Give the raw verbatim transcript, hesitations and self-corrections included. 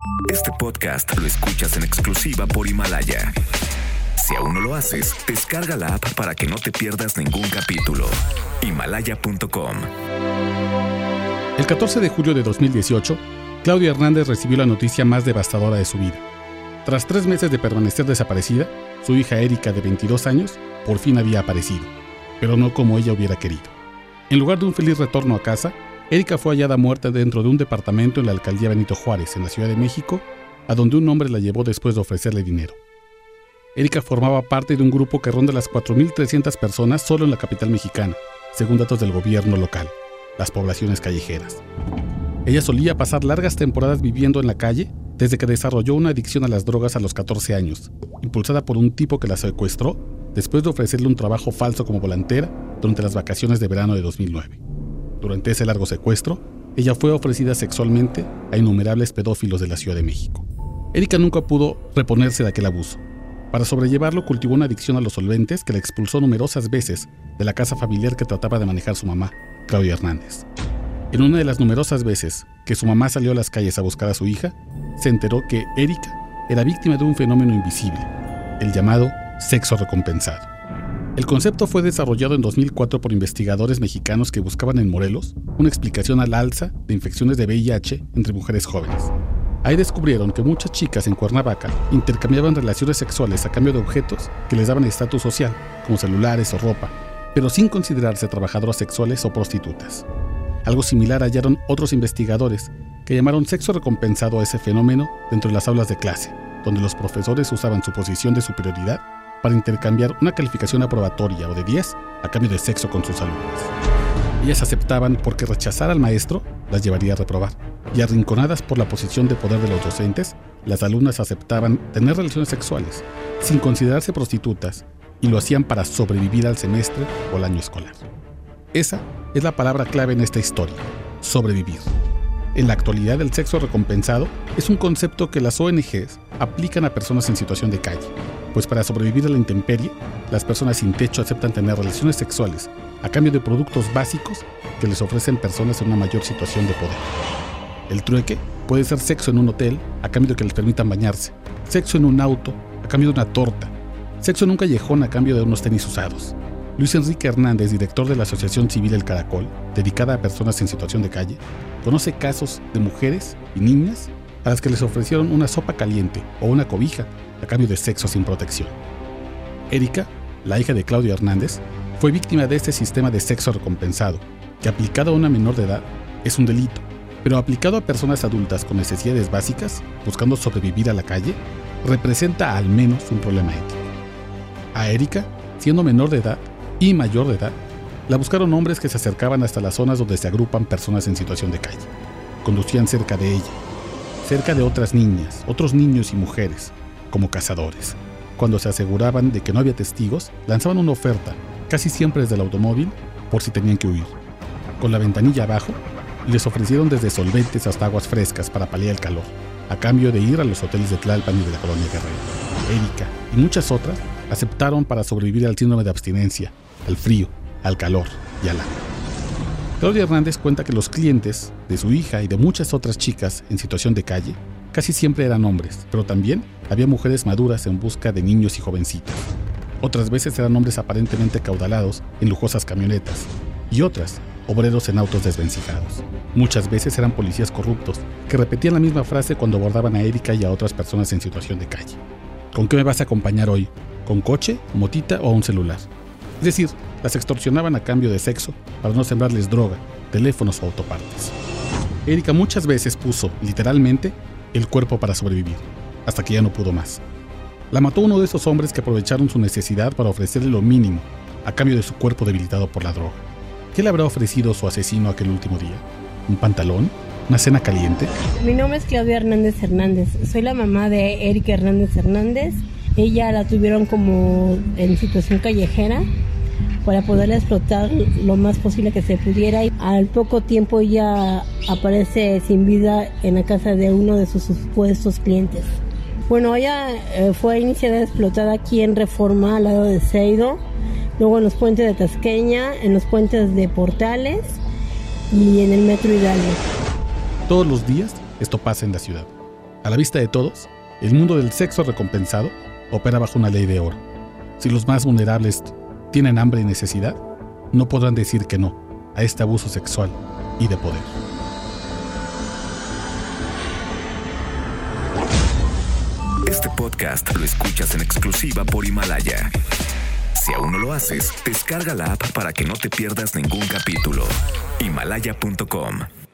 Este podcast lo escuchas en exclusiva por Himalaya. Si aún no lo haces, descarga la app para que no te pierdas ningún capítulo. Himalaya punto com. El catorce de julio de dos mil dieciocho, Claudia Hernández recibió la noticia más devastadora de su vida. Tras tres meses de permanecer desaparecida, su hija Erika, de veintidós años, por fin había aparecido, pero no como ella hubiera querido. En lugar de un feliz retorno a casa, Erika fue hallada muerta dentro de un departamento en la alcaldía Benito Juárez, en la Ciudad de México, a donde un hombre la llevó después de ofrecerle dinero. Erika formaba parte de un grupo que ronda las cuatro mil trescientas personas solo en la capital mexicana, según datos del gobierno local, las poblaciones callejeras. Ella solía pasar largas temporadas viviendo en la calle desde que desarrolló una adicción a las drogas a los catorce años, impulsada por un tipo que la secuestró después de ofrecerle un trabajo falso como volantera durante las vacaciones de verano de dos mil nueve. Durante ese largo secuestro, ella fue ofrecida sexualmente a innumerables pedófilos de la Ciudad de México. Erika nunca pudo reponerse de aquel abuso. Para sobrellevarlo, cultivó una adicción a los solventes que la expulsó numerosas veces de la casa familiar que trataba de manejar su mamá, Claudia Hernández. En una de las numerosas veces que su mamá salió a las calles a buscar a su hija, se enteró que Erika era víctima de un fenómeno invisible, el llamado sexo recompensado. El concepto fue desarrollado en dos mil cuatro por investigadores mexicanos que buscaban en Morelos una explicación al alza de infecciones de V I H entre mujeres jóvenes. Ahí descubrieron que muchas chicas en Cuernavaca intercambiaban relaciones sexuales a cambio de objetos que les daban estatus social, como celulares o ropa, pero sin considerarse trabajadoras sexuales o prostitutas. Algo similar hallaron otros investigadores que llamaron sexo recompensado a ese fenómeno dentro de las aulas de clase, donde los profesores usaban su posición de superioridad para intercambiar una calificación aprobatoria o de diez a cambio de sexo con sus alumnas. Ellas aceptaban porque rechazar al maestro las llevaría a reprobar, y arrinconadas por la posición de poder de los docentes, las alumnas aceptaban tener relaciones sexuales sin considerarse prostitutas y lo hacían para sobrevivir al semestre o al año escolar. Esa es la palabra clave en esta historia: sobrevivir. En la actualidad, el sexo recompensado es un concepto que las O N Ges aplican a personas en situación de calle, pues para sobrevivir a la intemperie, las personas sin techo aceptan tener relaciones sexuales a cambio de productos básicos que les ofrecen personas en una mayor situación de poder. El trueque puede ser sexo en un hotel a cambio de que les permitan bañarse, sexo en un auto a cambio de una torta, sexo en un callejón a cambio de unos tenis usados. Luis Enrique Hernández, director de la Asociación Civil El Caracol, dedicada a personas en situación de calle, conoce casos de mujeres y niñas a las que les ofrecieron una sopa caliente o una cobija a cambio de sexo sin protección. Erika, la hija de Claudia Hernández, fue víctima de este sistema de sexo recompensado, que aplicado a una menor de edad es un delito, pero aplicado a personas adultas con necesidades básicas, buscando sobrevivir a la calle, representa al menos un problema ético. A Erika, siendo menor de edad y mayor de edad, la buscaron hombres que se acercaban hasta las zonas donde se agrupan personas en situación de calle. Conducían cerca de ella, cerca de otras niñas, otros niños y mujeres, como cazadores. Cuando se aseguraban de que no había testigos, lanzaban una oferta, casi siempre desde el automóvil, por si tenían que huir. Con la ventanilla abajo, les ofrecieron desde solventes hasta aguas frescas para paliar el calor, a cambio de ir a los hoteles de Tlalpan y de la Colonia Guerrero. Erika y muchas otras aceptaron para sobrevivir al síndrome de abstinencia, al frío, al calor y al hambre. Claudia Hernández cuenta que los clientes de su hija y de muchas otras chicas en situación de calle casi siempre eran hombres, pero también había mujeres maduras en busca de niños y jovencitos. Otras veces eran hombres aparentemente acaudalados en lujosas camionetas y otras, obreros en autos desvencijados. Muchas veces eran policías corruptos que repetían la misma frase cuando abordaban a Erika y a otras personas en situación de calle. ¿Con qué me vas a acompañar hoy? ¿Con coche, motita o un celular? Es decir, las extorsionaban a cambio de sexo para no sembrarles droga, teléfonos o autopartes. Erika muchas veces puso, literalmente, el cuerpo para sobrevivir, hasta que ya no pudo más. La mató uno de esos hombres que aprovecharon su necesidad para ofrecerle lo mínimo, a cambio de su cuerpo debilitado por la droga. ¿Qué le habrá ofrecido su asesino aquel último día? ¿Un pantalón? ¿Una cena caliente? Mi nombre es Claudia Hernández Hernández. Soy la mamá de Erika Hernández Hernández. Ella la tuvieron como en situación callejera para poderla explotar lo más posible que se pudiera. Y al poco tiempo ella aparece sin vida en la casa de uno de sus supuestos clientes. Bueno, ella eh, fue iniciada explotada aquí en Reforma, al lado de Seido, luego en los puentes de Tasqueña, en los puentes de Portales y en el Metro Hidalgo. Todos los días esto pasa en la ciudad. A la vista de todos, el mundo del sexo recompensado opera bajo una ley de oro. Si los más vulnerables tienen hambre y necesidad, no podrán decir que no a este abuso sexual y de poder. Este podcast lo escuchas en exclusiva por Himalaya. Si aún no lo haces, descarga la app para que no te pierdas ningún capítulo. Himalaya punto com